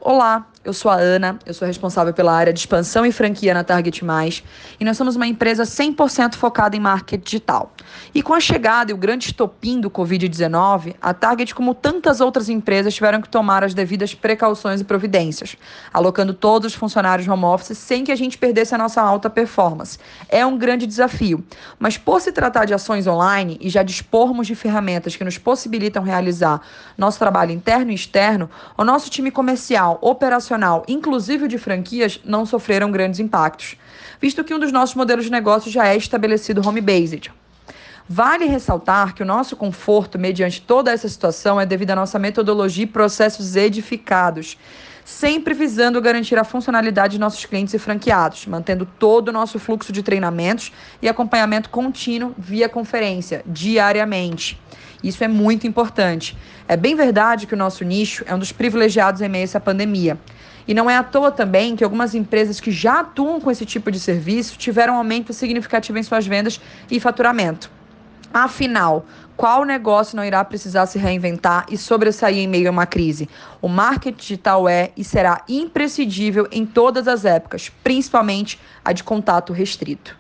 Olá, eu sou a Ana, eu sou responsável pela área de expansão e franquia na Target+, e nós somos uma empresa 100% focada em marketing digital. E com a chegada e o grande estopim do Covid-19, a Target, como tantas outras empresas, tiveram que tomar as devidas precauções e providências, alocando todos os funcionários home office sem que a gente perdesse a nossa alta performance. É um grande desafio, mas por se tratar de ações online e já dispormos de ferramentas que nos possibilitam realizar nosso trabalho interno e externo, o nosso time comercial, operacional, inclusive o de franquias, não sofreram grandes impactos, visto que um dos nossos modelos de negócio já é estabelecido home-based. Vale ressaltar que o nosso conforto, mediante toda essa situação, é devido à nossa metodologia e processos edificados, sempre visando garantir a funcionalidade de nossos clientes e franqueados, mantendo todo o nosso fluxo de treinamentos e acompanhamento contínuo via conferência, diariamente. Isso é muito importante. É bem verdade que o nosso nicho é um dos privilegiados em meio a essa pandemia. E não é à toa também que algumas empresas que já atuam com esse tipo de serviço tiveram um aumento significativo em suas vendas e faturamento. Afinal, qual negócio não irá precisar se reinventar e sobressair em meio a uma crise? O marketing digital é e será imprescindível em todas as épocas, principalmente a de contato restrito.